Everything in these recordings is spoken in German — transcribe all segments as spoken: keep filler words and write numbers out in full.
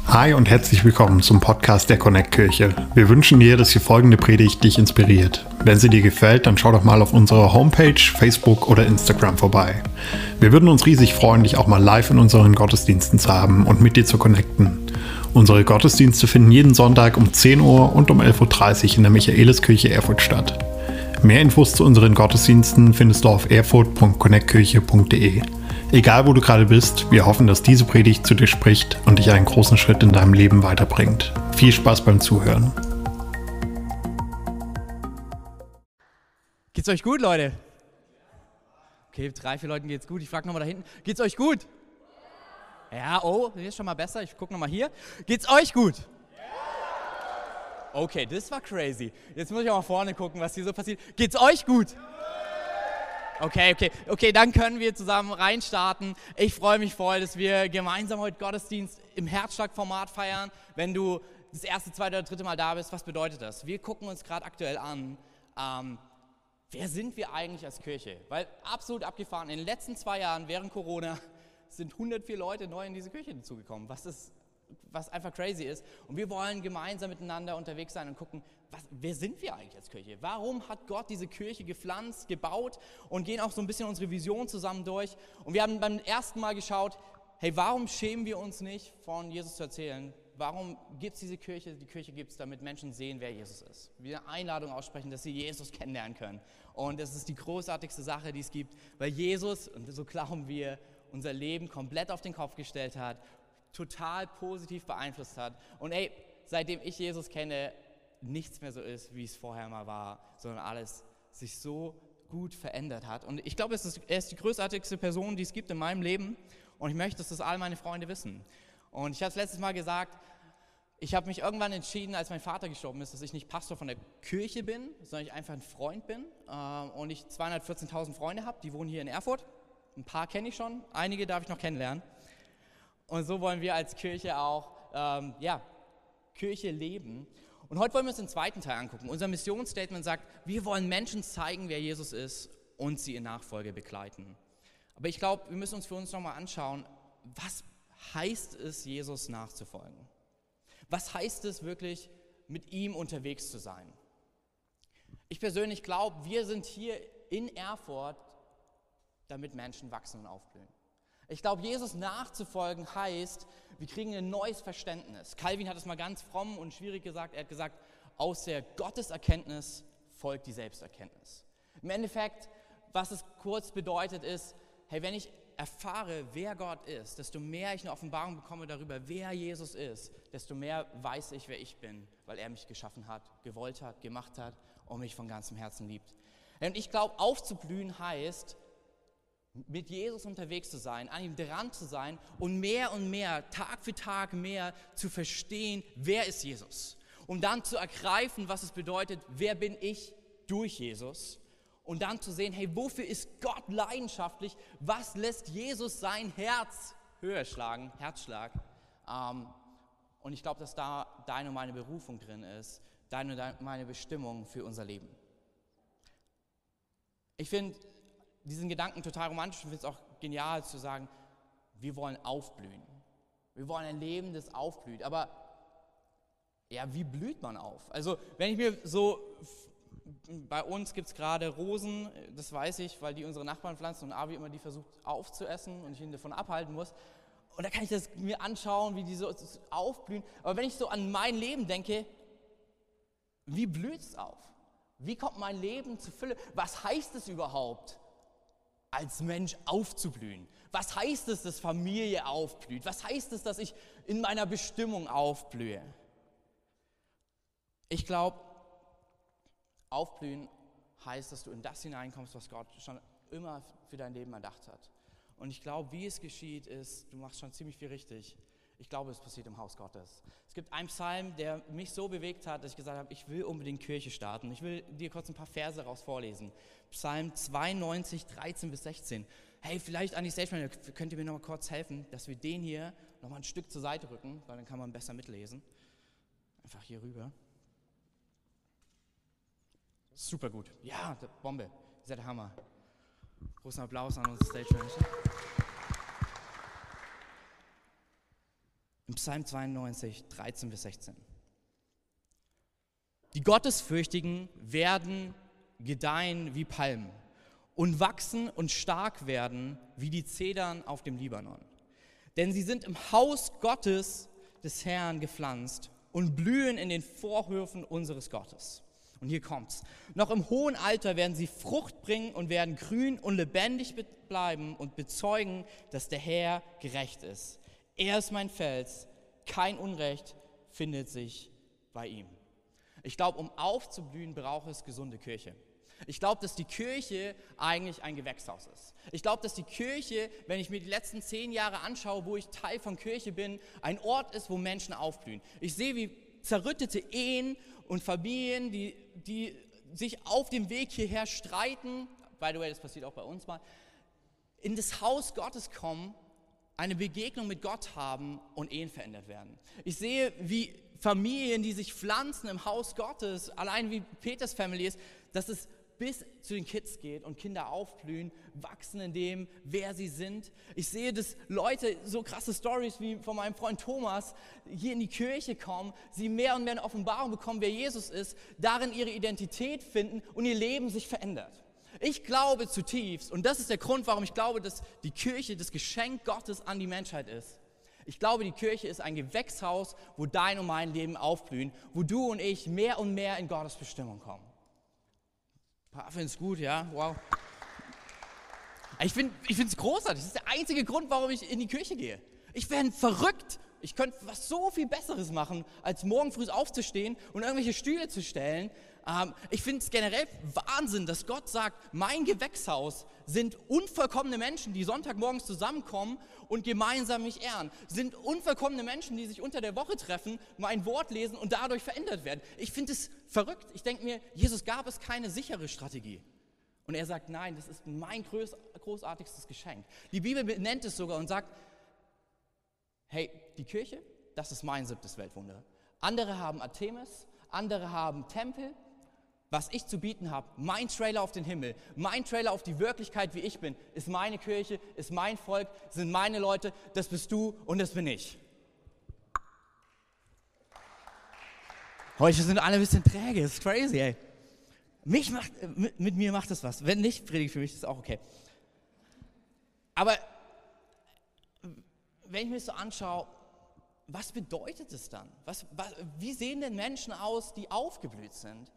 Hi und herzlich willkommen zum Podcast der Connect Kirche. Wir wünschen dir, dass die folgende Predigt dich inspiriert. Wenn sie dir gefällt, dann schau doch mal auf unserer Homepage, Facebook oder Instagram vorbei. Wir würden uns riesig freuen, dich auch mal live in unseren Gottesdiensten zu haben und mit dir zu connecten. Unsere Gottesdienste finden jeden Sonntag um zehn Uhr und um elf Uhr dreißig in der Michaeliskirche Erfurt statt. Mehr Infos zu unseren Gottesdiensten findest du auf erfurt punkt connect kirche punkt de. Egal wo du gerade bist, wir hoffen, dass diese Predigt zu dir spricht und dich einen großen Schritt in deinem Leben weiterbringt. Viel Spaß beim Zuhören. Geht's euch gut, Leute? Okay, drei, vier Leuten geht's gut. Ich frage nochmal da hinten. Geht's euch gut? Ja, oh, hier ist schon mal besser. Ich gucke nochmal hier. Geht's euch gut? Okay, das war crazy. Jetzt muss ich auch mal vorne gucken, was hier so passiert. Geht's euch gut? Okay, okay, okay, dann können wir zusammen reinstarten. Ich freue mich voll, dass wir gemeinsam heute Gottesdienst im Herzschlag-Format feiern. Wenn du das erste, zweite oder dritte Mal da bist, was bedeutet das? Wir gucken uns gerade aktuell an, ähm, wer sind wir eigentlich als Kirche? Weil absolut abgefahren, in den letzten zwei Jahren während Corona sind hundertvier Leute neu in diese Kirche dazugekommen, was, ist, was einfach crazy ist. Und wir wollen gemeinsam miteinander unterwegs sein und gucken, was, wer sind wir eigentlich als Kirche? Warum hat Gott diese Kirche gepflanzt, gebaut und gehen auch so ein bisschen unsere Vision zusammen durch. Und wir haben beim ersten Mal geschaut, hey, warum schämen wir uns nicht, von Jesus zu erzählen? Warum gibt es diese Kirche? Die Kirche gibt es, damit Menschen sehen, wer Jesus ist. Wir eine Einladung aussprechen, dass sie Jesus kennenlernen können. Und das ist die großartigste Sache, die es gibt, weil Jesus, und so glauben wir, unser Leben komplett auf den Kopf gestellt hat, total positiv beeinflusst hat. Und ey, seitdem ich Jesus kenne, nichts mehr so ist, wie es vorher mal war, sondern alles sich so gut verändert hat. Und ich glaube, es ist, er ist die großartigste Person, die es gibt in meinem Leben. Und ich möchte, dass das all meine Freunde wissen. Und ich habe es letztes Mal gesagt, ich habe mich irgendwann entschieden, als mein Vater gestorben ist, dass ich nicht Pastor von der Kirche bin, sondern ich einfach ein Freund bin. Und ich zweihundertvierzehntausend Freunde habe, die wohnen hier in Erfurt. Ein paar kenne ich schon, einige darf ich noch kennenlernen. Und so wollen wir als Kirche auch, ähm, ja, Kirche leben. Und heute wollen wir uns den zweiten Teil angucken. Unser Missionsstatement sagt, wir wollen Menschen zeigen, wer Jesus ist und sie in Nachfolge begleiten. Aber ich glaube, wir müssen uns für uns nochmal anschauen, was heißt es, Jesus nachzufolgen? Was heißt es wirklich, mit ihm unterwegs zu sein? Ich persönlich glaube, wir sind hier in Erfurt, damit Menschen wachsen und aufblühen. Ich glaube, Jesus nachzufolgen heißt, wir kriegen ein neues Verständnis. Calvin hat es mal ganz fromm und schwierig gesagt. Er hat gesagt, aus der Gotteserkenntnis folgt die Selbsterkenntnis. Im Endeffekt, was es kurz bedeutet ist, hey, wenn ich erfahre, wer Gott ist, desto mehr ich eine Offenbarung bekomme darüber, wer Jesus ist, desto mehr weiß ich, wer ich bin, weil er mich geschaffen hat, gewollt hat, gemacht hat und mich von ganzem Herzen liebt. Und ich glaube, aufzublühen heißt, mit Jesus unterwegs zu sein, an ihm dran zu sein und mehr und mehr, Tag für Tag mehr zu verstehen, wer ist Jesus. Um dann zu ergreifen, was es bedeutet, wer bin ich durch Jesus. Und dann zu sehen, hey, wofür ist Gott leidenschaftlich? Was lässt Jesus sein Herz höher schlagen, Herzschlag? Ähm, und ich glaube, dass da deine und meine Berufung drin ist, deine und meine Bestimmung für unser Leben. Ich finde diesen Gedanken total romantisch und finde es auch genial zu sagen, wir wollen aufblühen. Wir wollen ein Leben, das aufblüht. Aber ja, wie blüht man auf? Also wenn ich mir so, bei uns gibt es gerade Rosen, das weiß ich, weil die unsere Nachbarn pflanzen und Avi immer die versucht aufzuessen und ich ihn davon abhalten muss. Und da kann ich das mir anschauen, wie die so aufblühen. Aber wenn ich so an mein Leben denke, wie blüht es auf? Wie kommt mein Leben zu Fülle? Was heißt es überhaupt, als Mensch aufzublühen? Was heißt es, dass Familie aufblüht? Was heißt es, dass ich in meiner Bestimmung aufblühe? Ich glaube, aufblühen heißt, dass du in das hineinkommst, was Gott schon immer für dein Leben erdacht hat. Und ich glaube, wie es geschieht, ist, du machst schon ziemlich viel richtig. Ich glaube, es passiert im Haus Gottes. Es gibt einen Psalm, der mich so bewegt hat, dass ich gesagt habe, ich will unbedingt Kirche starten. Ich will dir kurz ein paar Verse daraus vorlesen. Psalm zweiundneunzig, dreizehn bis sechzehn. Hey, vielleicht an die Stage, könnt ihr mir noch mal kurz helfen, dass wir den hier noch mal ein Stück zur Seite rücken, weil dann kann man besser mitlesen. Einfach hier rüber. Super gut. Ja, Bombe. Ihr seid der Hammer. Großen Applaus an unsere Stage Manager. Im Psalm zweiundneunzig, dreizehn bis sechzehn. Die Gottesfürchtigen werden gedeihen wie Palmen und wachsen und stark werden wie die Zedern auf dem Libanon. Denn sie sind im Haus Gottes des Herrn gepflanzt und blühen in den Vorhöfen unseres Gottes. Und hier kommt's. Noch im hohen Alter werden sie Frucht bringen und werden grün und lebendig bleiben und bezeugen, dass der Herr gerecht ist. Er ist mein Fels, kein Unrecht findet sich bei ihm. Ich glaube, um aufzublühen, braucht es gesunde Kirche. Ich glaube, dass die Kirche eigentlich ein Gewächshaus ist. Ich glaube, dass die Kirche, wenn ich mir die letzten zehn Jahre anschaue, wo ich Teil von Kirche bin, ein Ort ist, wo Menschen aufblühen. Ich sehe, wie zerrüttete Ehen und Familien, die, die sich auf dem Weg hierher streiten, by the way, das passiert auch bei uns mal, in das Haus Gottes kommen, eine Begegnung mit Gott haben und Ehen verändert werden. Ich sehe, wie Familien, die sich pflanzen im Haus Gottes, allein wie Peters Family ist, dass es bis zu den Kids geht und Kinder aufblühen, wachsen in dem, wer sie sind. Ich sehe, dass Leute, so krasse Stories wie von meinem Freund Thomas, hier in die Kirche kommen, sie mehr und mehr eine Offenbarung bekommen, wer Jesus ist, darin ihre Identität finden und ihr Leben sich verändert. Ich glaube zutiefst, und das ist der Grund, warum ich glaube, dass die Kirche das Geschenk Gottes an die Menschheit ist. Ich glaube, die Kirche ist ein Gewächshaus, wo dein und mein Leben aufblühen, wo du und ich mehr und mehr in Gottes Bestimmung kommen. Ich finde es gut, ja, wow. Ich finde es großartig, das ist der einzige Grund, warum ich in die Kirche gehe. Ich wäre verrückt, ich könnte was so viel Besseres machen, als morgen früh aufzustehen und irgendwelche Stühle zu stellen. Ähm, ich finde es generell Wahnsinn, dass Gott sagt, mein Gewächshaus sind unvollkommene Menschen, die Sonntagmorgens zusammenkommen und gemeinsam mich ehren. Sind unvollkommene Menschen, die sich unter der Woche treffen, mein Wort lesen und dadurch verändert werden. Ich finde es verrückt. Ich denke mir, Jesus gab es keine sichere Strategie. Und er sagt, nein, das ist mein groß, großartigstes Geschenk. Die Bibel nennt es sogar und sagt, hey, die Kirche, das ist mein siebtes Weltwunder. Andere haben Artemis, andere haben Tempel. Was ich zu bieten habe, mein Trailer auf den Himmel, mein Trailer auf die Wirklichkeit, wie ich bin, ist meine Kirche, ist mein Volk, sind meine Leute, das bist du und das bin ich. Heute sind alle ein bisschen träge, das ist crazy, ey. Mich macht, mit, mit mir macht das was. Wenn nicht, predige für mich, ist auch okay. Aber wenn ich mir das so anschaue, was bedeutet es dann? Was, was, wie sehen denn Menschen aus, die aufgeblüht sind?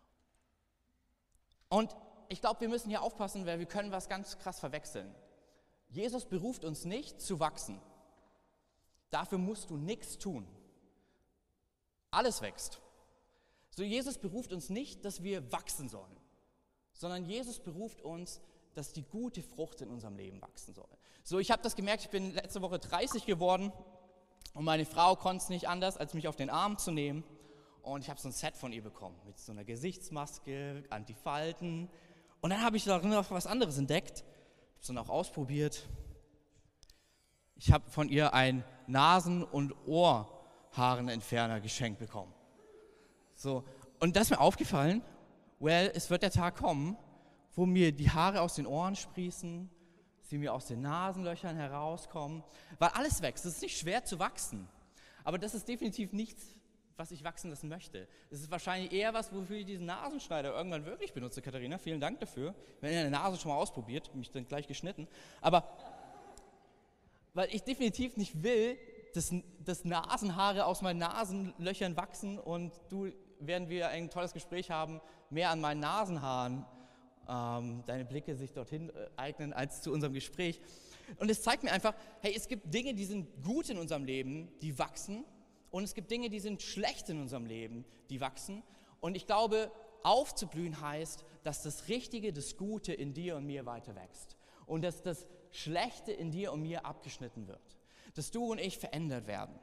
Und ich glaube, wir müssen hier aufpassen, weil wir können was ganz krass verwechseln. Jesus beruft uns nicht zu wachsen. Dafür musst du nichts tun. Alles wächst. So, Jesus beruft uns nicht, dass wir wachsen sollen, sondern Jesus beruft uns, dass die gute Frucht in unserem Leben wachsen soll. So, ich habe das gemerkt, ich bin letzte Woche dreißig geworden und meine Frau konnte es nicht anders, als mich auf den Arm zu nehmen. Und ich habe so ein Set von ihr bekommen, mit so einer Gesichtsmaske, Antifalten. Und dann habe ich darin noch was anderes entdeckt, habe es dann auch ausprobiert. Ich habe von ihr einen Nasen- und Ohrhaarenentferner geschenkt bekommen. So, und das ist mir aufgefallen, well, es wird der Tag kommen, wo mir die Haare aus den Ohren sprießen, sie mir aus den Nasenlöchern herauskommen, weil alles wächst. Es ist nicht schwer zu wachsen, aber das ist definitiv nichts, was ich wachsen lassen möchte. Es ist wahrscheinlich eher was, wofür ich diesen Nasenschneider irgendwann wirklich benutze, Katharina. Vielen Dank dafür. Wenn ihr eine Nase schon mal ausprobiert, mich dann gleich geschnitten. Aber weil ich definitiv nicht will, dass, dass Nasenhaare aus meinen Nasenlöchern wachsen und du, während wir ein tolles Gespräch haben, mehr an meinen Nasenhaaren ähm, deine Blicke sich dorthin äh, eignen als zu unserem Gespräch. Und es zeigt mir einfach, hey, es gibt Dinge, die sind gut in unserem Leben, die wachsen. Und es gibt Dinge, die sind schlecht in unserem Leben, die wachsen. Und ich glaube, aufzublühen heißt, dass das Richtige, das Gute in dir und mir weiter wächst. Und dass das Schlechte in dir und mir abgeschnitten wird. Dass du und ich verändert werden.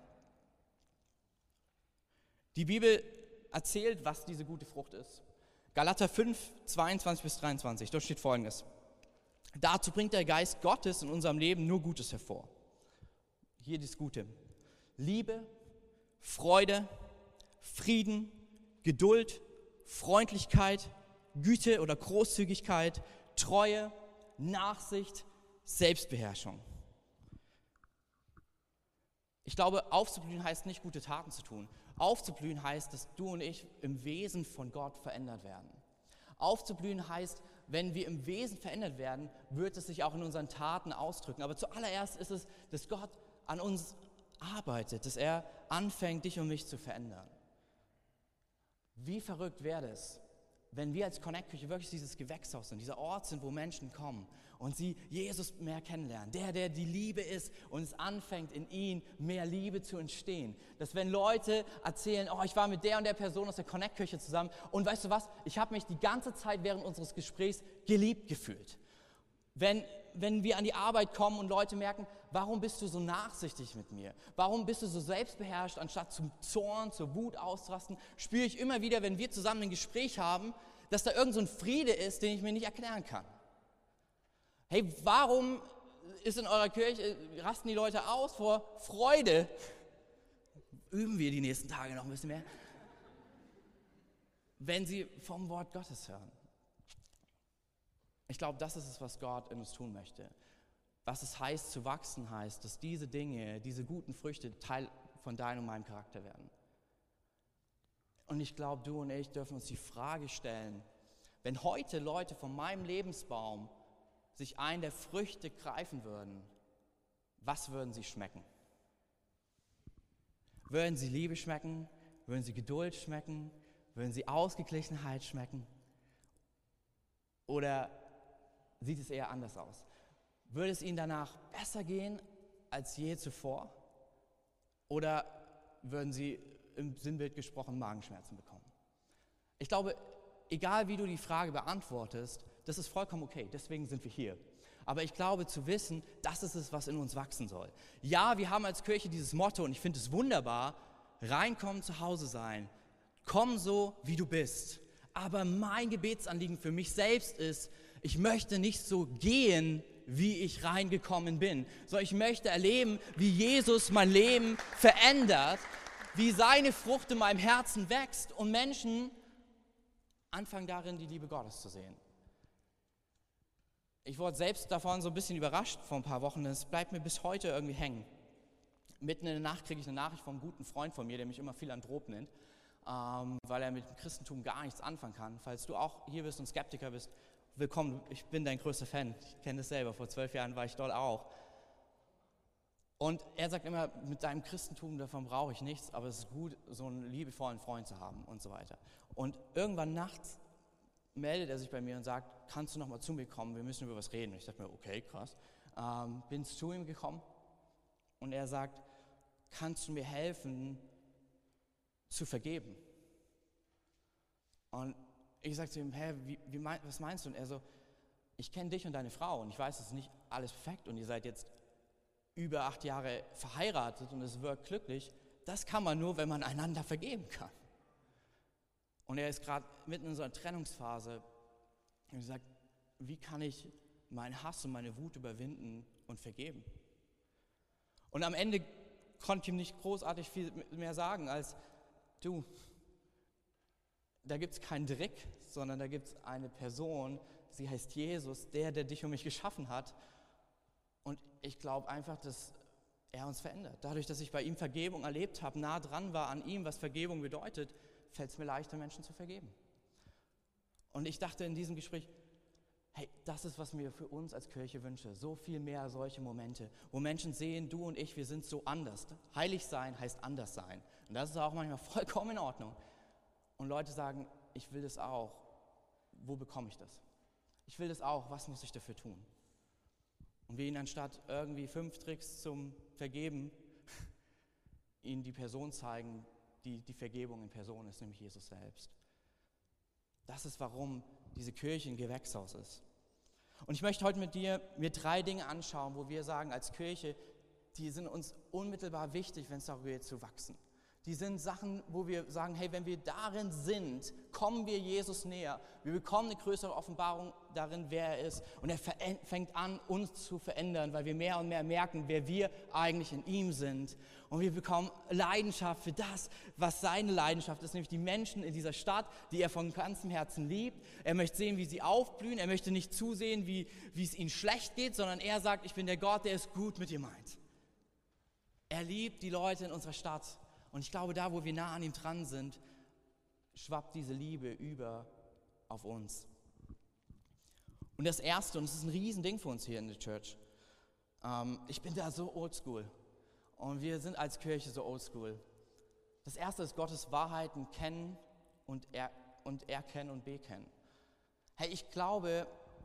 Die Bibel erzählt, was diese gute Frucht ist. Galater fünf, zweiundzwanzig bis dreiundzwanzig, dort steht Folgendes. Dazu bringt der Geist Gottes in unserem Leben nur Gutes hervor. Hier das Gute. Liebe, Freude, Frieden, Geduld, Freundlichkeit, Güte oder Großzügigkeit, Treue, Nachsicht, Selbstbeherrschung. Ich glaube, aufzublühen heißt nicht, gute Taten zu tun. Aufzublühen heißt, dass du und ich im Wesen von Gott verändert werden. Aufzublühen heißt, wenn wir im Wesen verändert werden, wird es sich auch in unseren Taten ausdrücken. Aber zuallererst ist es, dass Gott an uns arbeitet, dass er anfängt, dich und mich zu verändern. Wie verrückt wäre es, wenn wir als Connect-Kirche wirklich dieses Gewächshaus sind, dieser Ort sind, wo Menschen kommen und sie Jesus mehr kennenlernen. Der, der die Liebe ist und es anfängt, in ihn mehr Liebe zu entstehen. Dass wenn Leute erzählen, oh, ich war mit der und der Person aus der Connect-Kirche zusammen und weißt du was, ich habe mich die ganze Zeit während unseres Gesprächs geliebt gefühlt. Wenn, wenn wir an die Arbeit kommen und Leute merken, warum bist du so nachsichtig mit mir? Warum bist du so selbstbeherrscht, anstatt zum Zorn, zur Wut auszurasten? Spüre ich immer wieder, wenn wir zusammen ein Gespräch haben, dass da irgend so ein Friede ist, den ich mir nicht erklären kann. Hey, warum ist in eurer Kirche, rasten die Leute aus vor Freude? Üben wir die nächsten Tage noch ein bisschen mehr, wenn sie vom Wort Gottes hören. Ich glaube, das ist es, was Gott in uns tun möchte. Was es heißt, zu wachsen, heißt, dass diese Dinge, diese guten Früchte Teil von deinem und meinem Charakter werden. Und ich glaube, du und ich dürfen uns die Frage stellen, wenn heute Leute von meinem Lebensbaum sich einen der Früchte greifen würden, was würden sie schmecken? Würden sie Liebe schmecken? Würden sie Geduld schmecken? Würden sie Ausgeglichenheit schmecken? Oder sieht es eher anders aus? Würde es ihnen danach besser gehen als je zuvor? Oder würden sie im Sinnbild gesprochen Magenschmerzen bekommen? Ich glaube, egal wie du die Frage beantwortest, das ist vollkommen okay, deswegen sind wir hier. Aber ich glaube zu wissen, das ist es, was in uns wachsen soll. Ja, wir haben als Kirche dieses Motto und ich finde es wunderbar, reinkommen, zu Hause sein, komm so, wie du bist. Aber mein Gebetsanliegen für mich selbst ist, ich möchte nicht so gehen, wie ich reingekommen bin, sondern ich möchte erleben, wie Jesus mein Leben verändert, wie seine Frucht in meinem Herzen wächst und Menschen anfangen darin, die Liebe Gottes zu sehen. Ich wurde selbst davon so ein bisschen überrascht vor ein paar Wochen, es bleibt mir bis heute irgendwie hängen. Mitten in der Nacht kriege ich eine Nachricht von einem guten Freund von mir, der mich immer Philanthrop nennt, ähm, weil er mit dem Christentum gar nichts anfangen kann. Falls du auch hier bist und Skeptiker bist, willkommen, ich bin dein größter Fan, ich kenne das selber, vor zwölf Jahren war ich dort auch. Und er sagt immer, mit deinem Christentum, davon brauche ich nichts, aber es ist gut, so einen liebevollen Freund zu haben und so weiter. Und irgendwann nachts meldet er sich bei mir und sagt, kannst du noch mal zu mir kommen, wir müssen über was reden. Und ich dachte mir, okay, krass. Ähm, bin zu ihm gekommen und er sagt, kannst du mir helfen, zu vergeben? Und ich sagte zu ihm, hä, wie, wie mein, was meinst du? Und er so, ich kenne dich und deine Frau und ich weiß, es ist nicht alles perfekt und ihr seid jetzt über acht Jahre verheiratet und es wirkt glücklich. Das kann man nur, wenn man einander vergeben kann. Und er ist gerade mitten in so einer Trennungsphase und er sagt, wie kann ich meinen Hass und meine Wut überwinden und vergeben? Und am Ende konnte ich ihm nicht großartig viel mehr sagen als, du, da gibt es keinen Trick, sondern da gibt es eine Person, sie heißt Jesus, der, der dich und mich geschaffen hat. Und ich glaube einfach, dass er uns verändert. Dadurch, dass ich bei ihm Vergebung erlebt habe, nah dran war an ihm, was Vergebung bedeutet, fällt es mir leichter, Menschen zu vergeben. Und ich dachte in diesem Gespräch, hey, das ist, was mir für uns als Kirche wünsche. So viel mehr solche Momente, wo Menschen sehen, du und ich, wir sind so anders. Heilig sein heißt anders sein. Und das ist auch manchmal vollkommen in Ordnung. Und Leute sagen, ich will das auch. Wo bekomme ich das? Ich will das auch. Was muss ich dafür tun? Und wir ihnen anstatt irgendwie fünf Tricks zum Vergeben, ihnen die Person zeigen, die die Vergebung in Person ist, nämlich Jesus selbst. Das ist, warum diese Kirche ein Gewächshaus ist. Und ich möchte heute mit dir mir drei Dinge anschauen, wo wir sagen, als Kirche, die sind uns unmittelbar wichtig, wenn es darüber geht zu wachsen. Die sind Sachen, wo wir sagen, hey, wenn wir darin sind, kommen wir Jesus näher. Wir bekommen eine größere Offenbarung darin, wer er ist. Und er fängt an, uns zu verändern, weil wir mehr und mehr merken, wer wir eigentlich in ihm sind. Und wir bekommen Leidenschaft für das, was seine Leidenschaft ist, nämlich die Menschen in dieser Stadt, die er von ganzem Herzen liebt. Er möchte sehen, wie sie aufblühen. Er möchte nicht zusehen, wie, wie es ihnen schlecht geht, sondern er sagt, ich bin der Gott, der es gut mit dir meint. Er liebt die Leute in unserer Stadt. Und ich glaube, da, wo wir nah an ihm dran sind, schwappt diese Liebe über auf uns. Und das Erste, und es ist ein Riesending für uns hier in der Church, ähm, ich bin da so oldschool. Und wir sind als Kirche so oldschool. Das Erste ist Gottes Wahrheiten kennen und, er, und erkennen und bekennen. Hey, ich glaube,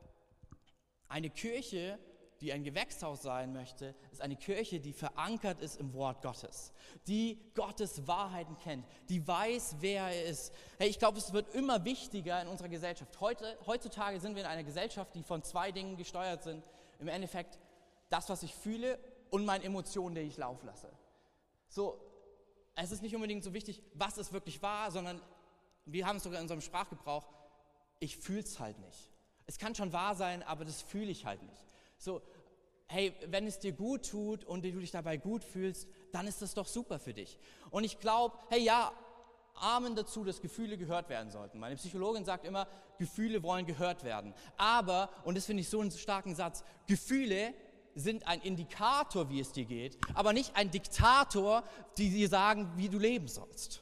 eine Kirche, die ein Gewächshaus sein möchte, ist eine Kirche, die verankert ist im Wort Gottes, die Gottes Wahrheiten kennt, die weiß, wer er ist. Hey, ich glaube, es wird immer wichtiger in unserer Gesellschaft. Heute, heutzutage sind wir in einer Gesellschaft, die von zwei Dingen gesteuert sind. Im Endeffekt das, was ich fühle und meine Emotionen, die ich laufen lasse. So, es ist nicht unbedingt so wichtig, was es wirklich war, sondern wir haben es sogar in unserem Sprachgebrauch, ich fühle es halt nicht. Es kann schon wahr sein, aber das fühle ich halt nicht. So, hey, wenn es dir gut tut und du dich dabei gut fühlst, dann ist das doch super für dich. Und ich glaube, hey, ja, Amen dazu, dass Gefühle gehört werden sollten. Meine Psychologin sagt immer, Gefühle wollen gehört werden. Aber, und das finde ich so einen starken Satz, Gefühle sind ein Indikator, wie es dir geht, aber nicht ein Diktator, die dir sagen, wie du leben sollst.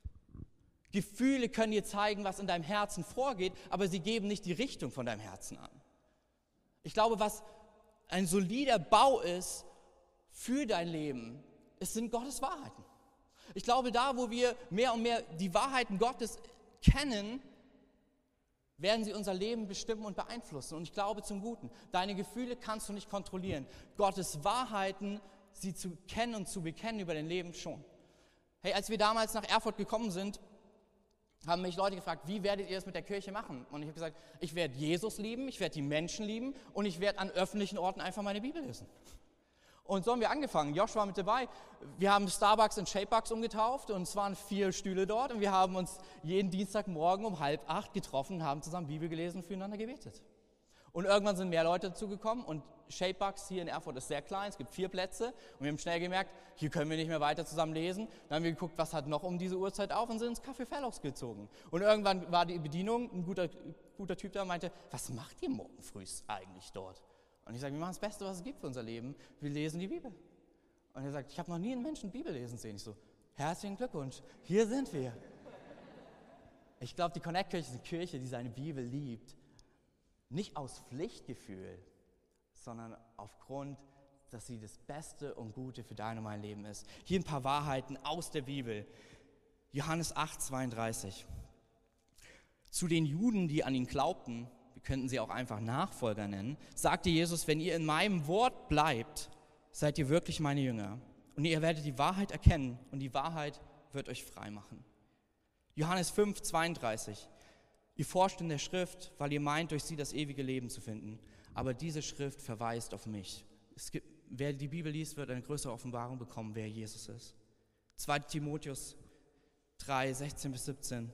Gefühle können dir zeigen, was in deinem Herzen vorgeht, aber sie geben nicht die Richtung von deinem Herzen an. Ich glaube, was ein solider Bau ist für dein Leben, es sind Gottes Wahrheiten. Ich glaube, da, wo wir mehr und mehr die Wahrheiten Gottes kennen, werden sie unser Leben bestimmen und beeinflussen. Und ich glaube zum Guten. Deine Gefühle kannst du nicht kontrollieren. Gottes Wahrheiten, sie zu kennen und zu bekennen über dein Leben schon. Hey, als wir damals nach Erfurt gekommen sind, haben mich Leute gefragt, wie werdet ihr das mit der Kirche machen? Und ich habe gesagt, ich werde Jesus lieben, ich werde die Menschen lieben und ich werde an öffentlichen Orten einfach meine Bibel lesen. Und so haben wir angefangen. Josh war mit dabei. Wir haben Starbucks in Shapebucks umgetauft und es waren vier Stühle dort und wir haben uns jeden Dienstagmorgen um halb acht getroffen und haben zusammen Bibel gelesen und füreinander gebetet. Und irgendwann sind mehr Leute dazugekommen und Shapebucks hier in Erfurt ist sehr klein, es gibt vier Plätze und wir haben schnell gemerkt, hier können wir nicht mehr weiter zusammen lesen. Dann haben wir geguckt, was hat noch um diese Uhrzeit auf und sind ins Café Fellows gezogen. Und irgendwann war die Bedienung, ein guter, guter Typ da, meinte, was macht ihr morgen früh eigentlich dort? Und ich sage, wir machen das Beste, was es gibt für unser Leben, wir lesen die Bibel. Und er sagt, ich habe noch nie einen Menschen Bibel lesen sehen. Ich so, herzlichen Glückwunsch, hier sind wir. Ich glaube, die Connect-Kirche ist eine Kirche, die seine Bibel liebt. Nicht aus Pflichtgefühl, sondern aufgrund, dass sie das Beste und Gute für dein und mein Leben ist. Hier ein paar Wahrheiten aus der Bibel. Johannes acht, zweiunddreißig. Zu den Juden, die an ihn glaubten, wir könnten sie auch einfach Nachfolger nennen, sagte Jesus, wenn ihr in meinem Wort bleibt, seid ihr wirklich meine Jünger. Und ihr werdet die Wahrheit erkennen und die Wahrheit wird euch frei machen. Johannes fünf, zweiunddreißig. Ihr forscht in der Schrift, weil ihr meint, durch sie das ewige Leben zu finden. Aber diese Schrift verweist auf mich. Es gibt, wer die Bibel liest, wird eine größere Offenbarung bekommen, wer Jesus ist. zweiter Timotheus drei, sechzehn bis siebzehn.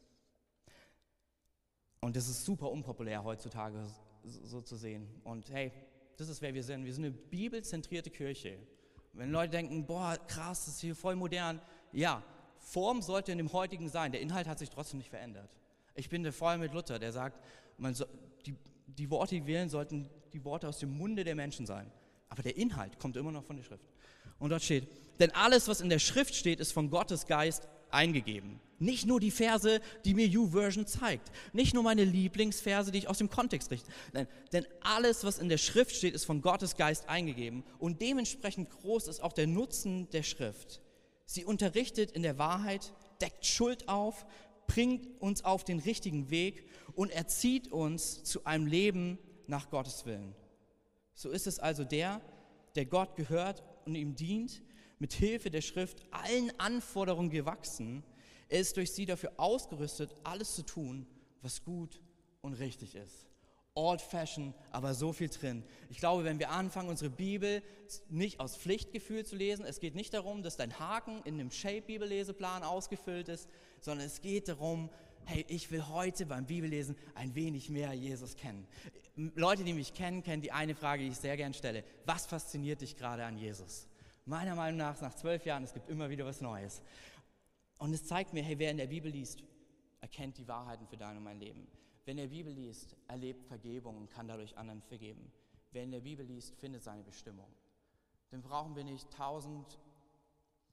Und das ist super unpopulär heutzutage so zu sehen. Und hey, das ist, wer wir sind. Wir sind eine bibelzentrierte Kirche. Wenn Leute denken, boah, krass, das ist hier voll modern. Ja, Form sollte in dem heutigen sein. Der Inhalt hat sich trotzdem nicht verändert. Ich bin voll mit Luther, der sagt, man so, die, die Worte, die wir wählen, sollten die Worte aus dem Munde der Menschen sein. Aber der Inhalt kommt immer noch von der Schrift. Und dort steht, denn alles, was in der Schrift steht, ist von Gottes Geist eingegeben. Nicht nur die Verse, die mir YouVersion zeigt. Nicht nur meine Lieblingsverse, die ich aus dem Kontext richte. Nein, denn alles, was in der Schrift steht, ist von Gottes Geist eingegeben. Und dementsprechend groß ist auch der Nutzen der Schrift. Sie unterrichtet in der Wahrheit, deckt Schuld auf, bringt uns auf den richtigen Weg und erzieht uns zu einem Leben nach Gottes Willen. So ist es also der, der Gott gehört und ihm dient, mit Hilfe der Schrift allen Anforderungen gewachsen. Er ist durch sie dafür ausgerüstet, alles zu tun, was gut und richtig ist. Old fashion, aber so viel drin. Ich glaube, wenn wir anfangen, unsere Bibel nicht aus Pflichtgefühl zu lesen, es geht nicht darum, dass dein Haken in einem Shape-Bibelleseplan ausgefüllt ist, sondern es geht darum, hey, ich will heute beim Bibellesen ein wenig mehr Jesus kennen. Leute, die mich kennen, kennen die eine Frage, die ich sehr gern stelle. Was fasziniert dich gerade an Jesus? Meiner Meinung nach, nach zwölf Jahren, es gibt immer wieder was Neues. Und es zeigt mir, hey, wer in der Bibel liest, erkennt die Wahrheiten für dein und mein Leben. Wer in der Bibel liest, erlebt Vergebung und kann dadurch anderen vergeben. Wer in der Bibel liest, findet seine Bestimmung. Dann brauchen wir nicht tausend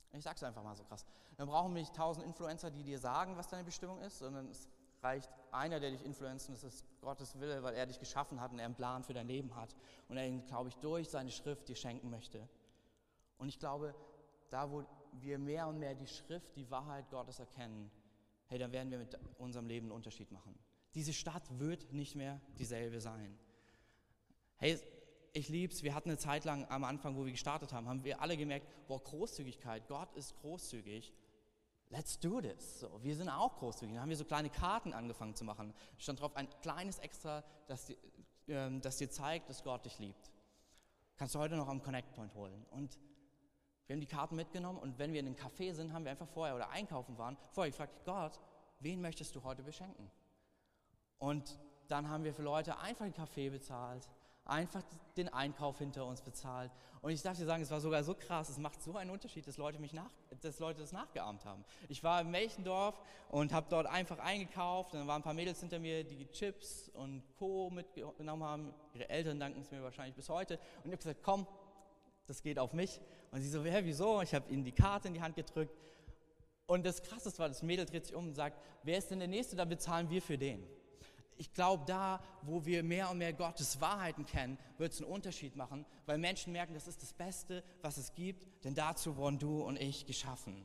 Ich sag's einfach mal so krass. Dann brauchen wir nicht tausend Influencer, die dir sagen, was deine Bestimmung ist, sondern es reicht einer, der dich influenzt, und das ist Gottes Wille, weil er dich geschaffen hat und er einen Plan für dein Leben hat und er ihn, glaube ich, durch seine Schrift dir schenken möchte. Und ich glaube, da wo wir mehr und mehr die Schrift, die Wahrheit Gottes erkennen, hey, dann werden wir mit unserem Leben einen Unterschied machen. Diese Stadt wird nicht mehr dieselbe sein. Hey, ich lieb's, wir hatten eine Zeit lang am Anfang, wo wir gestartet haben, haben wir alle gemerkt, boah, Großzügigkeit, Gott ist großzügig. Let's do this. So, wir sind auch großzügig. Dann haben wir so kleine Karten angefangen zu machen. Da stand drauf ein kleines Extra, das dir, ähm, das dir zeigt, dass Gott dich liebt. Kannst du heute noch am Connect Point holen. Und wir haben die Karten mitgenommen und wenn wir in einem Café sind, haben wir einfach vorher oder einkaufen waren, vorher gefragt, Gott, wen möchtest du heute beschenken? Und dann haben wir für Leute einfach den Kaffee bezahlt, einfach den Einkauf hinter uns bezahlt. Und ich darf dir sagen, es war sogar so krass, es macht so einen Unterschied, dass Leute, mich nach, dass Leute das nachgeahmt haben. Ich war im Melchendorf und habe dort einfach eingekauft. Und dann waren ein paar Mädels hinter mir, die Chips und Co. mitgenommen haben. Ihre Eltern danken es mir wahrscheinlich bis heute. Und ich habe gesagt, komm, das geht auf mich. Und sie so, hä, wieso? Ich habe ihnen die Karte in die Hand gedrückt. Und das Krasseste war, das Mädel dreht sich um und sagt, wer ist denn der Nächste, dann bezahlen wir für den. Ich glaube, da, wo wir mehr und mehr Gottes Wahrheiten kennen, wird es einen Unterschied machen, weil Menschen merken, das ist das Beste, was es gibt, denn dazu wurden du und ich geschaffen.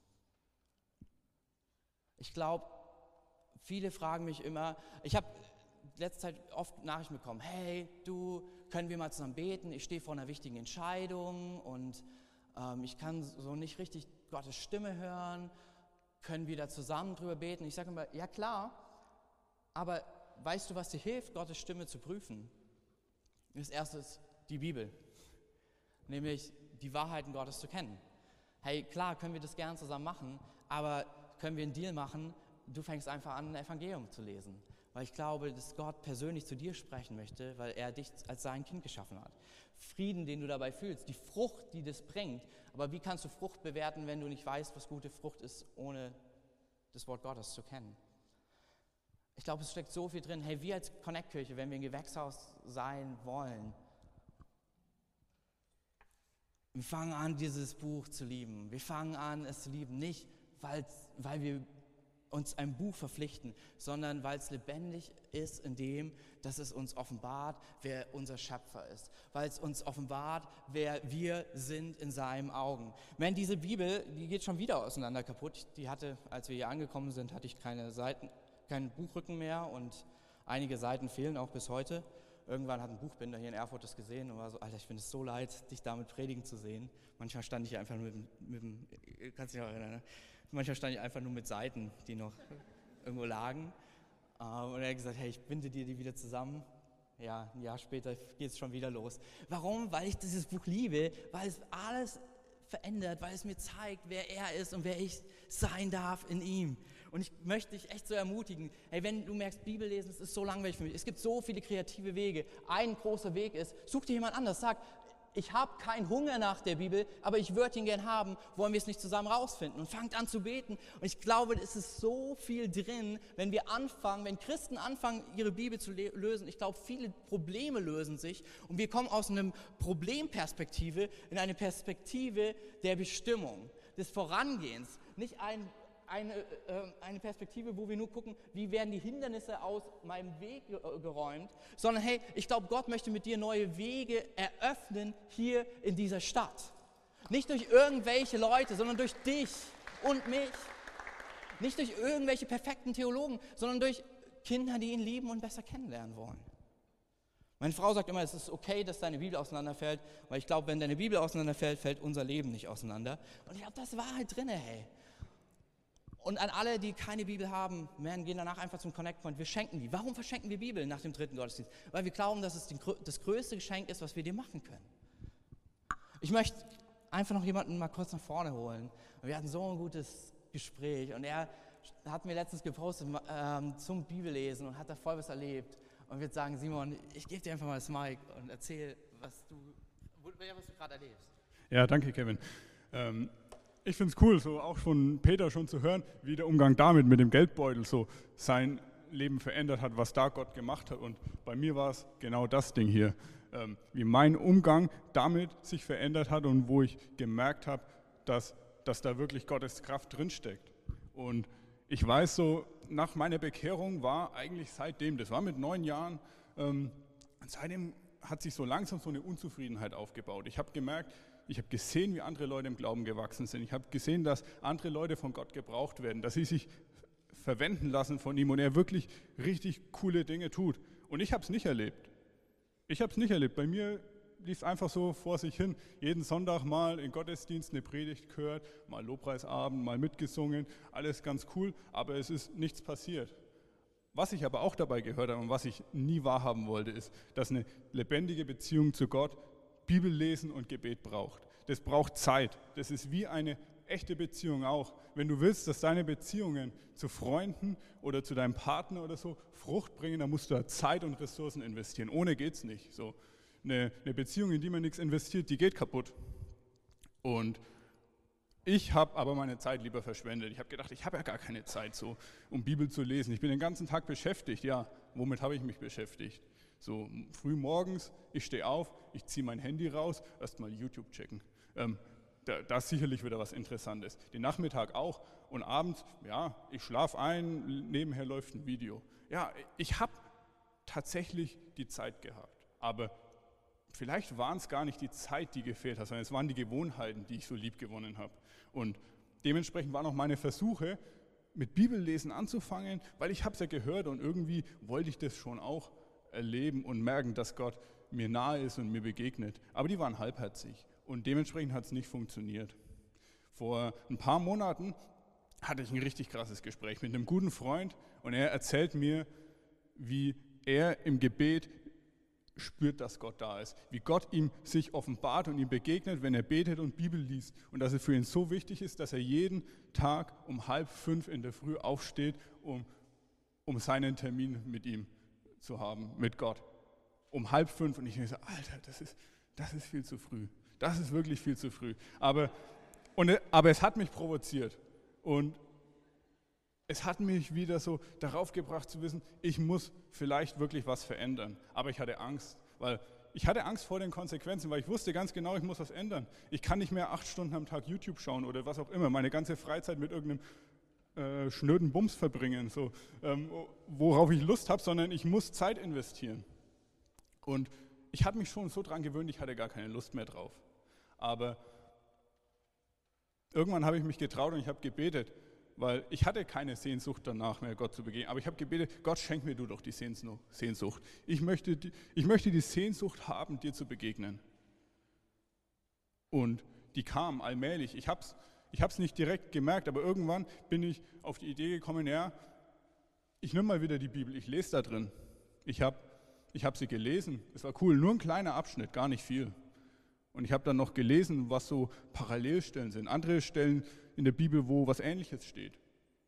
Ich glaube, viele fragen mich immer, ich habe letzte Zeit oft Nachrichten bekommen, hey, du, können wir mal zusammen beten? Ich stehe vor einer wichtigen Entscheidung und ähm, ich kann so nicht richtig Gottes Stimme hören. Können wir da zusammen drüber beten? Ich sage immer, ja klar, aber weißt du, was dir hilft, Gottes Stimme zu prüfen? Das erste ist die Bibel, nämlich die Wahrheiten Gottes zu kennen. Hey, klar, können wir das gerne zusammen machen, aber können wir einen Deal machen, du fängst einfach an, ein Evangelium zu lesen. Weil ich glaube, dass Gott persönlich zu dir sprechen möchte, weil er dich als sein Kind geschaffen hat. Frieden, den du dabei fühlst, die Frucht, die das bringt. Aber wie kannst du Frucht bewerten, wenn du nicht weißt, was gute Frucht ist, ohne das Wort Gottes zu kennen? Ich glaube, es steckt so viel drin. Hey, wir als Connect-Kirche, wenn wir ein Gewächshaus sein wollen, wir fangen an, dieses Buch zu lieben. Wir fangen an, es zu lieben, nicht weil wir uns einem Buch verpflichten, sondern weil es lebendig ist in dem, dass es uns offenbart, wer unser Schöpfer ist. Weil es uns offenbart, wer wir sind in seinen Augen. Wenn diese Bibel, die geht schon wieder auseinander kaputt. Die hatte, als wir hier angekommen sind, hatte ich keine Seiten, keinen Buchrücken mehr und einige Seiten fehlen auch bis heute. Irgendwann hat ein Buchbinder hier in Erfurt das gesehen und war so, Alter, ich finde es so leid, dich damit predigen zu sehen. Manchmal stand ich einfach nur mit, mit dem, kannst du dich auch erinnern, ne? Manchmal stand ich einfach nur mit Seiten, die noch irgendwo lagen. Und er hat gesagt, hey, ich binde dir die wieder zusammen. Ja, ein Jahr später geht es schon wieder los. Warum? Weil ich dieses Buch liebe, weil es alles verändert, weil es mir zeigt, wer er ist und wer ich sein darf in ihm. Und ich möchte dich echt so ermutigen, hey, wenn du merkst, Bibel lesen, es ist so langweilig für mich, es gibt so viele kreative Wege. Ein großer Weg ist, such dir jemand anders, sag, ich habe keinen Hunger nach der Bibel, aber ich würde ihn gern haben, wollen wir es nicht zusammen rausfinden? Und fangt an zu beten. Und ich glaube, es ist so viel drin, wenn wir anfangen, wenn Christen anfangen, ihre Bibel zu le- lösen. Ich glaube, viele Probleme lösen sich und wir kommen aus einer Problemperspektive in eine Perspektive der Bestimmung, des Vorangehens. Nicht ein Eine, äh, eine Perspektive, wo wir nur gucken, wie werden die Hindernisse aus meinem Weg ge- geräumt, sondern hey, ich glaube, Gott möchte mit dir neue Wege eröffnen hier in dieser Stadt. Nicht durch irgendwelche Leute, sondern durch dich und mich. Nicht durch irgendwelche perfekten Theologen, sondern durch Kinder, die ihn lieben und besser kennenlernen wollen. Meine Frau sagt immer, es ist okay, dass deine Bibel auseinanderfällt, weil ich glaube, wenn deine Bibel auseinanderfällt, fällt unser Leben nicht auseinander. Und ich glaube, das war halt drin, hey. Und an alle, die keine Bibel haben, man, gehen danach einfach zum Connect Point. Wir schenken die. Warum verschenken wir Bibel nach dem dritten Gottesdienst? Weil wir glauben, dass es das größte Geschenk ist, was wir dir machen können. Ich möchte einfach noch jemanden mal kurz nach vorne holen. Wir hatten so ein gutes Gespräch und er hat mir letztens gepostet ähm, zum Bibellesen und hat da voll was erlebt. Und wird sagen, Simon, ich gebe dir einfach mal das Mic und erzähl, was du, was du gerade erlebst. Ja, danke, Kevin. Ähm, Ich finde es cool, so auch von Peter schon zu hören, wie der Umgang damit, mit dem Geldbeutel, so sein Leben verändert hat, was da Gott gemacht hat. Und bei mir war es genau das Ding hier, ähm, wie mein Umgang damit sich verändert hat und wo ich gemerkt habe, dass dass da wirklich Gottes Kraft drinsteckt. Und ich weiß so, nach meiner Bekehrung war eigentlich seitdem, das war mit neun Jahren, ähm, seitdem hat sich so langsam so eine Unzufriedenheit aufgebaut. Ich habe gemerkt, ich habe gesehen, wie andere Leute im Glauben gewachsen sind. Ich habe gesehen, dass andere Leute von Gott gebraucht werden, dass sie sich verwenden lassen von ihm und er wirklich richtig coole Dinge tut. Und ich habe es nicht erlebt. Ich habe es nicht erlebt. Bei mir lief es einfach so vor sich hin. Jeden Sonntag mal in Gottesdienst eine Predigt gehört, mal Lobpreisabend, mal mitgesungen. Alles ganz cool, aber es ist nichts passiert. Was ich aber auch dabei gehört habe und was ich nie wahrhaben wollte, ist, dass eine lebendige Beziehung zu Gott Bibellesen und Gebet braucht. Das braucht Zeit. Das ist wie eine echte Beziehung auch. Wenn du willst, dass deine Beziehungen zu Freunden oder zu deinem Partner oder so Frucht bringen, dann musst du da Zeit und Ressourcen investieren. Ohne geht's nicht. So eine, eine Beziehung, in die man nichts investiert, die geht kaputt. Und ich habe aber meine Zeit lieber verschwendet. Ich habe gedacht, ich habe ja gar keine Zeit, so, um Bibel zu lesen. Ich bin den ganzen Tag beschäftigt. Ja, womit habe ich mich beschäftigt? So früh morgens, ich stehe auf, ich ziehe mein Handy raus, erstmal YouTube checken. Ähm, da, da ist sicherlich wieder was Interessantes. Den Nachmittag auch und abends, ja, ich schlafe ein, nebenher läuft ein Video. Ja, ich habe tatsächlich die Zeit gehabt, aber vielleicht waren es gar nicht die Zeit, die gefehlt hat, sondern es waren die Gewohnheiten, die ich so lieb gewonnen habe. Und dementsprechend waren auch meine Versuche, mit Bibellesen anzufangen, weil ich habe es ja gehört und irgendwie wollte ich das schon auch erleben und merken, dass Gott mir nahe ist und mir begegnet. Aber die waren halbherzig und dementsprechend hat es nicht funktioniert. Vor ein paar Monaten hatte ich ein richtig krasses Gespräch mit einem guten Freund und er erzählt mir, wie er im Gebet spürt, dass Gott da ist, wie Gott ihm sich offenbart und ihm begegnet, wenn er betet und Bibel liest und dass es für ihn so wichtig ist, dass er jeden Tag um halb fünf in der Früh aufsteht, um, um seinen Termin mit ihm zu haben, mit Gott. Um halb fünf und ich denke so, Alter, das ist, das ist viel zu früh. Das ist wirklich viel zu früh. Aber, und, aber es hat mich provoziert und es hat mich wieder so darauf gebracht zu wissen, ich muss vielleicht wirklich was verändern. Aber ich hatte Angst, weil ich hatte Angst vor den Konsequenzen, weil ich wusste ganz genau, ich muss was ändern. Ich kann nicht mehr acht Stunden am Tag YouTube schauen oder was auch immer, meine ganze Freizeit mit irgendeinem äh, schnöden Bums verbringen, so, ähm, worauf ich Lust habe, sondern ich muss Zeit investieren. Und ich hatte mich schon so dran gewöhnt, ich hatte gar keine Lust mehr drauf. Aber irgendwann habe ich mich getraut und ich habe gebetet, weil ich hatte keine Sehnsucht danach mehr, Gott zu begegnen. Aber ich habe gebetet, Gott, schenk mir du doch die Sehnsucht. Ich möchte die, ich möchte die Sehnsucht haben, dir zu begegnen. Und die kam allmählich. Ich habe es ich hab's nicht direkt gemerkt, aber irgendwann bin ich auf die Idee gekommen, ja, ich nehme mal wieder die Bibel, ich lese da drin. Ich habe ich hab sie gelesen, es war cool, nur ein kleiner Abschnitt, gar nicht viel. Und ich habe dann noch gelesen, was so Parallelstellen sind, andere Stellen in der Bibel, wo was Ähnliches steht.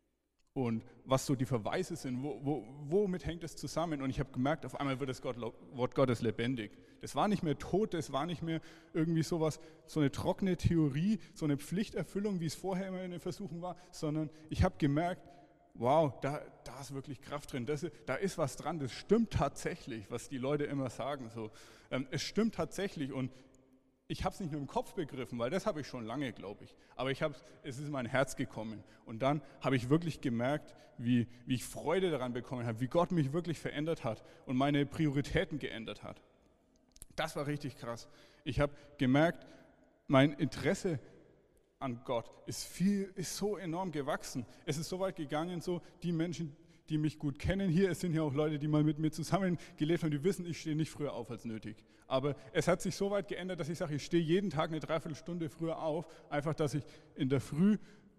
Und was so die Verweise sind, wo, wo, womit hängt es zusammen? Und ich habe gemerkt, auf einmal wird das Gott, Wort Gottes lebendig. Das war nicht mehr tot, das war nicht mehr irgendwie sowas, so eine trockene Theorie, so eine Pflichterfüllung, wie es vorher immer in den Versuchen war, sondern ich habe gemerkt, wow, da, da ist wirklich Kraft drin, das, da ist was dran, das stimmt tatsächlich, was die Leute immer sagen. So. Ähm, es stimmt tatsächlich und ich habe es nicht nur im Kopf begriffen, weil das habe ich schon lange, glaube ich. Aber ich hab's, es ist in mein Herz gekommen. Und dann habe ich wirklich gemerkt, wie, wie ich Freude daran bekommen habe, wie Gott mich wirklich verändert hat und meine Prioritäten geändert hat. Das war richtig krass. Ich habe gemerkt, mein Interesse an Gott ist, viel, ist so enorm gewachsen. Es ist so weit gegangen, so die Menschen, die mich gut kennen hier, es sind ja auch Leute, die mal mit mir zusammen gelebt haben, die wissen, ich stehe nicht früher auf als nötig. Aber es hat sich so weit geändert, dass ich sage, ich stehe jeden Tag eine Dreiviertelstunde früher auf, einfach, dass ich in der Früh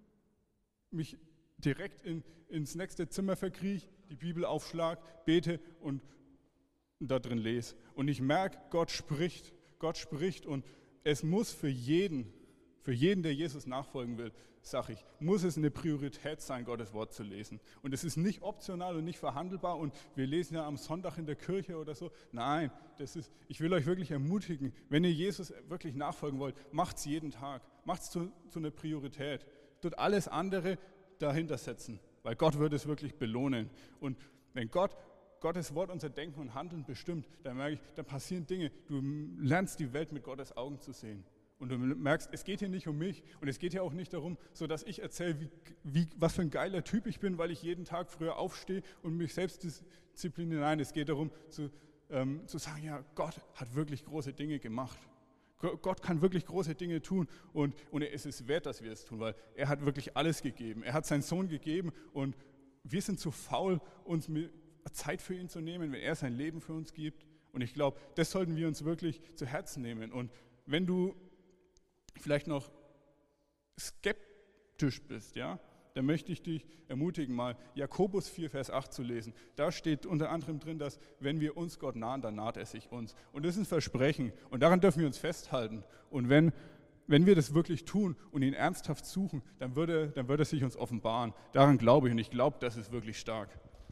mich direkt in, ins nächste Zimmer verkrieche, die Bibel aufschlage, bete und da drin lese. Und ich merke, Gott spricht, Gott spricht und es muss für jeden, für jeden, der Jesus nachfolgen will, sage ich, muss es eine Priorität sein, Gottes Wort zu lesen. Und es ist nicht optional und nicht verhandelbar und wir lesen ja am Sonntag in der Kirche oder so. Nein, das ist, ich will euch wirklich ermutigen, wenn ihr Jesus wirklich nachfolgen wollt, macht es jeden Tag, macht es zu, zu einer Priorität. Tut alles andere dahinter setzen, weil Gott wird es wirklich belohnen. Und wenn Gott Gottes Wort unser Denken und Handeln bestimmt, dann merke ich, da passieren Dinge. Du lernst die Welt mit Gottes Augen zu sehen. Und du merkst, es geht hier nicht um mich und es geht hier auch nicht darum, so dass ich erzähle, wie, wie, was für ein geiler Typ ich bin, weil ich jeden Tag früher aufstehe und mich selbst diszipliniere. Nein, es geht darum, zu, ähm, zu sagen, ja, Gott hat wirklich große Dinge gemacht. Gott kann wirklich große Dinge tun und, und es ist wert, dass wir es tun, weil er hat wirklich alles gegeben. Er hat seinen Sohn gegeben und wir sind zu faul, uns Zeit für ihn zu nehmen, wenn er sein Leben für uns gibt. Und ich glaube, das sollten wir uns wirklich zu Herzen nehmen. Und wenn du vielleicht noch skeptisch bist, ja, dann möchte ich dich ermutigen, mal Jakobus vier, Vers acht zu lesen. Da steht unter anderem drin, dass wenn wir uns Gott nahen, dann naht er sich uns. Und das ist ein Versprechen und daran dürfen wir uns festhalten. Und wenn, wenn wir das wirklich tun und ihn ernsthaft suchen, dann wird er, dann wird er sich uns offenbaren. Daran glaube ich und ich glaube, das ist wirklich stark.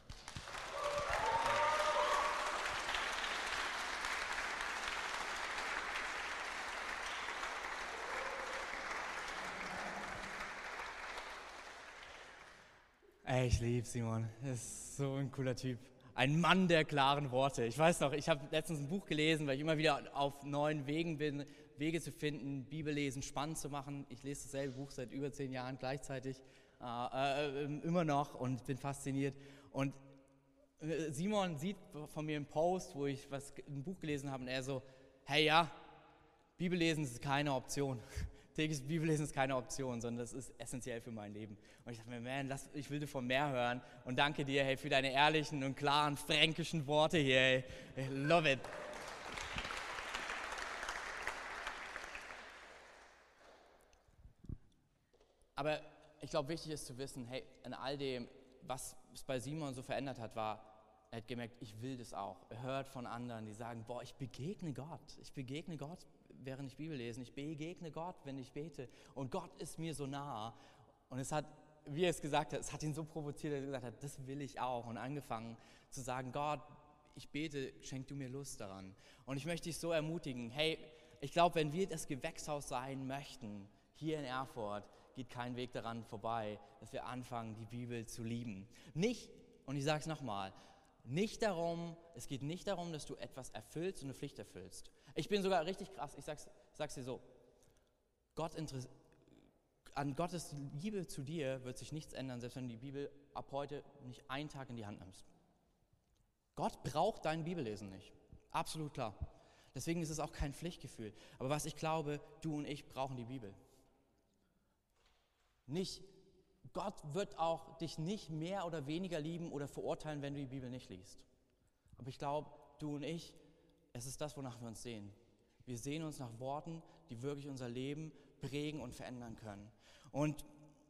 Ey, ich liebe Simon. Das ist so ein cooler Typ. Ein Mann der klaren Worte. Ich weiß noch, ich habe letztens ein Buch gelesen, weil ich immer wieder auf neuen Wegen bin, Wege zu finden, Bibellesen spannend zu machen. Ich lese dasselbe Buch seit über zehn Jahren gleichzeitig, äh, äh, immer noch und bin fasziniert. Und Simon sieht von mir einen Post, wo ich was, ein Buch gelesen habe und er so, hey ja, Bibellesen ist keine Option. Tägliches Bibellesen ist keine Option, sondern das ist essentiell für mein Leben. Und ich dachte mir, man, lass, ich will davon mehr hören. Und danke dir, hey, für deine ehrlichen und klaren fränkischen Worte hier. Hey. I love it. Aber ich glaube, wichtig ist zu wissen, hey, in all dem, was es bei Simon so verändert hat, war, er hat gemerkt, ich will das auch. Er hört von anderen, die sagen, boah, ich begegne Gott. Ich begegne Gott, während ich Bibel lese. Ich begegne Gott, wenn ich bete. Und Gott ist mir so nah. Und es hat, wie er es gesagt hat, es hat ihn so provoziert, dass er gesagt hat, das will ich auch. Und angefangen zu sagen, Gott, ich bete, schenk du mir Lust daran. Und ich möchte dich so ermutigen, hey, ich glaube, wenn wir das Gewächshaus sein möchten, hier in Erfurt, geht kein Weg daran vorbei, dass wir anfangen, die Bibel zu lieben. Nicht, und ich sage es nochmal, nicht darum, es geht nicht darum, dass du etwas erfüllst und eine Pflicht erfüllst. Ich bin sogar richtig krass, ich sag's, sag's dir so, Gott interessiert, an Gottes Liebe zu dir wird sich nichts ändern, selbst wenn du die Bibel ab heute nicht einen Tag in die Hand nimmst. Gott braucht dein Bibellesen nicht, absolut klar. Deswegen ist es auch kein Pflichtgefühl. Aber was ich glaube, du und ich brauchen die Bibel. Nicht, Gott wird auch dich nicht mehr oder weniger lieben oder verurteilen, wenn du die Bibel nicht liest. Aber ich glaube, du und ich, es ist das, wonach wir uns sehen. Wir sehen uns nach Worten, die wirklich unser Leben prägen und verändern können. Und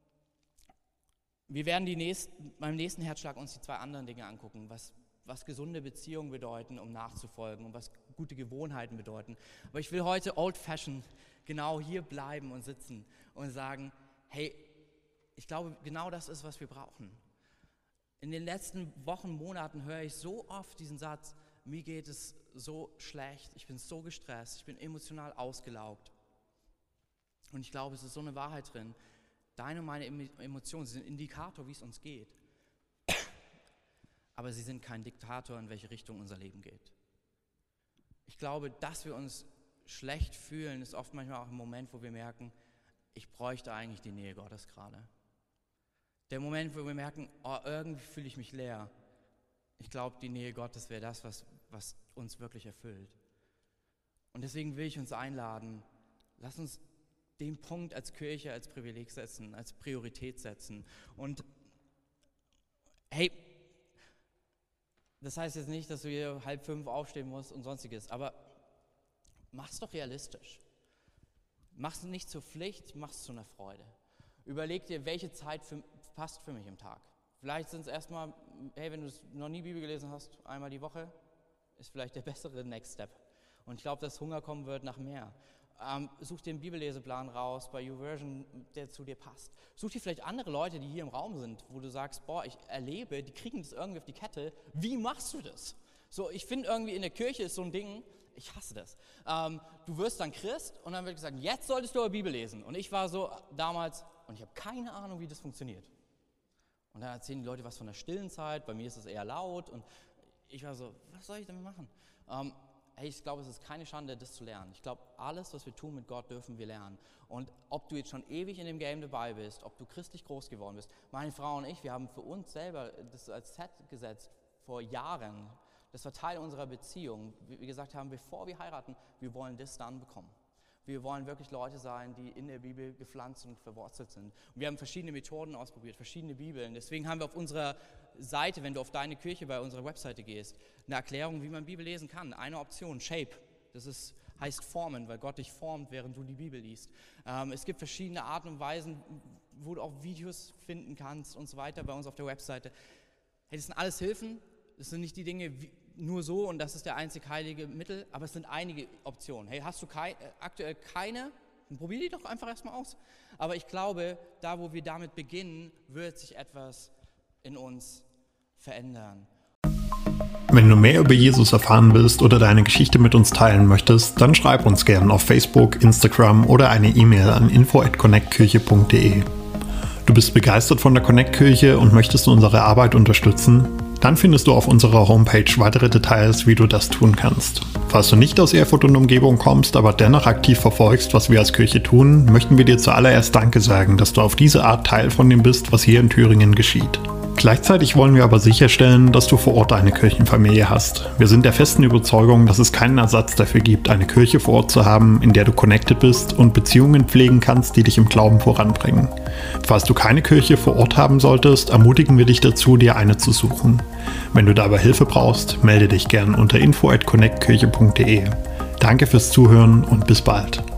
wir werden die nächsten, beim nächsten Herzschlag uns die zwei anderen Dinge angucken, was, was gesunde Beziehungen bedeuten, um nachzufolgen und was gute Gewohnheiten bedeuten. Aber ich will heute old-fashioned genau hier bleiben und sitzen und sagen, hey, ich glaube, genau das ist, was wir brauchen. In den letzten Wochen, Monaten höre ich so oft diesen Satz, mir geht es so schlecht, ich bin so gestresst, ich bin emotional ausgelaugt. Und ich glaube, es ist so eine Wahrheit drin. Deine und meine Emotionen sind ein Indikator, wie es uns geht. Aber sie sind kein Diktator, in welche Richtung unser Leben geht. Ich glaube, dass wir uns schlecht fühlen, ist oft manchmal auch ein Moment, wo wir merken, ich bräuchte eigentlich die Nähe Gottes gerade. Der Moment, wo wir merken, oh, irgendwie fühle ich mich leer. Ich glaube, die Nähe Gottes wäre das, was, was uns wirklich erfüllt. Und deswegen will ich uns einladen, lass uns den Punkt als Kirche, als Privileg setzen, als Priorität setzen. Und hey, das heißt jetzt nicht, dass du hier halb fünf aufstehen musst und sonstiges, aber mach's doch realistisch. Mach's nicht zur Pflicht, mach's zu einer Freude. Überleg dir, welche Zeit für, passt für mich im Tag. Vielleicht sind es erstmal, hey, wenn du noch nie Bibel gelesen hast, einmal die Woche, ist vielleicht der bessere Next Step. Und ich glaube, dass Hunger kommen wird nach mehr. Ähm, such dir einen Bibelleseplan raus bei YouVersion, der zu dir passt. Such dir vielleicht andere Leute, die hier im Raum sind, wo du sagst, boah, ich erlebe, die kriegen das irgendwie auf die Kette. Wie machst du das? So, ich finde irgendwie in der Kirche ist so ein Ding, ich hasse das. Ähm, du wirst dann Christ und dann wird gesagt, jetzt solltest du aber Bibel lesen. Und ich war so damals, und ich habe keine Ahnung, wie das funktioniert. Und dann erzählen die Leute was von der stillen Zeit, bei mir ist es eher laut und ich war so, was soll ich damit machen? Ähm, hey, ich glaube, es ist keine Schande, das zu lernen. Ich glaube, alles, was wir tun mit Gott, dürfen wir lernen. Und ob du jetzt schon ewig in dem Game dabei bist, ob du christlich groß geworden bist, meine Frau und ich, wir haben für uns selber das als Set gesetzt vor Jahren. Das war Teil unserer Beziehung. Wir gesagt haben, bevor wir heiraten, wir wollen das dann bekommen. Wir wollen wirklich Leute sein, die in der Bibel gepflanzt und verwurzelt sind. Und wir haben verschiedene Methoden ausprobiert, verschiedene Bibeln. Deswegen haben wir auf unserer Seite, wenn du auf deine Kirche bei unserer Webseite gehst, eine Erklärung, wie man Bibel lesen kann. Eine Option, Shape. Das ist, heißt formen, weil Gott dich formt, während du die Bibel liest. Ähm, es gibt verschiedene Arten und Weisen, wo du auch Videos finden kannst und so weiter bei uns auf der Webseite. Hey, das sind alles Hilfen. Das sind nicht die Dinge wie, nur so und das ist der einzig heilige Mittel, aber es sind einige Optionen. Hey, hast du kei- äh, aktuell keine? Dann probier die doch einfach erstmal aus. Aber ich glaube, da wo wir damit beginnen, wird sich etwas in uns verändern. Wenn du mehr über Jesus erfahren willst oder deine Geschichte mit uns teilen möchtest, dann schreib uns gerne auf Facebook, Instagram oder eine E-Mail an info at connectkirche punkt de. Du bist begeistert von der Connect-Kirche und möchtest unsere Arbeit unterstützen? Dann findest du auf unserer Homepage weitere Details, wie du das tun kannst. Falls du nicht aus Erfurt und Umgebung kommst, aber dennoch aktiv verfolgst, was wir als Kirche tun, möchten wir dir zuallererst Danke sagen, dass du auf diese Art Teil von dem bist, was hier in Thüringen geschieht. Gleichzeitig wollen wir aber sicherstellen, dass du vor Ort eine Kirchenfamilie hast. Wir sind der festen Überzeugung, dass es keinen Ersatz dafür gibt, eine Kirche vor Ort zu haben, in der du connected bist und Beziehungen pflegen kannst, die dich im Glauben voranbringen. Falls du keine Kirche vor Ort haben solltest, ermutigen wir dich dazu, dir eine zu suchen. Wenn du dabei Hilfe brauchst, melde dich gern unter info at connectkirche punkt de. Danke fürs Zuhören und bis bald.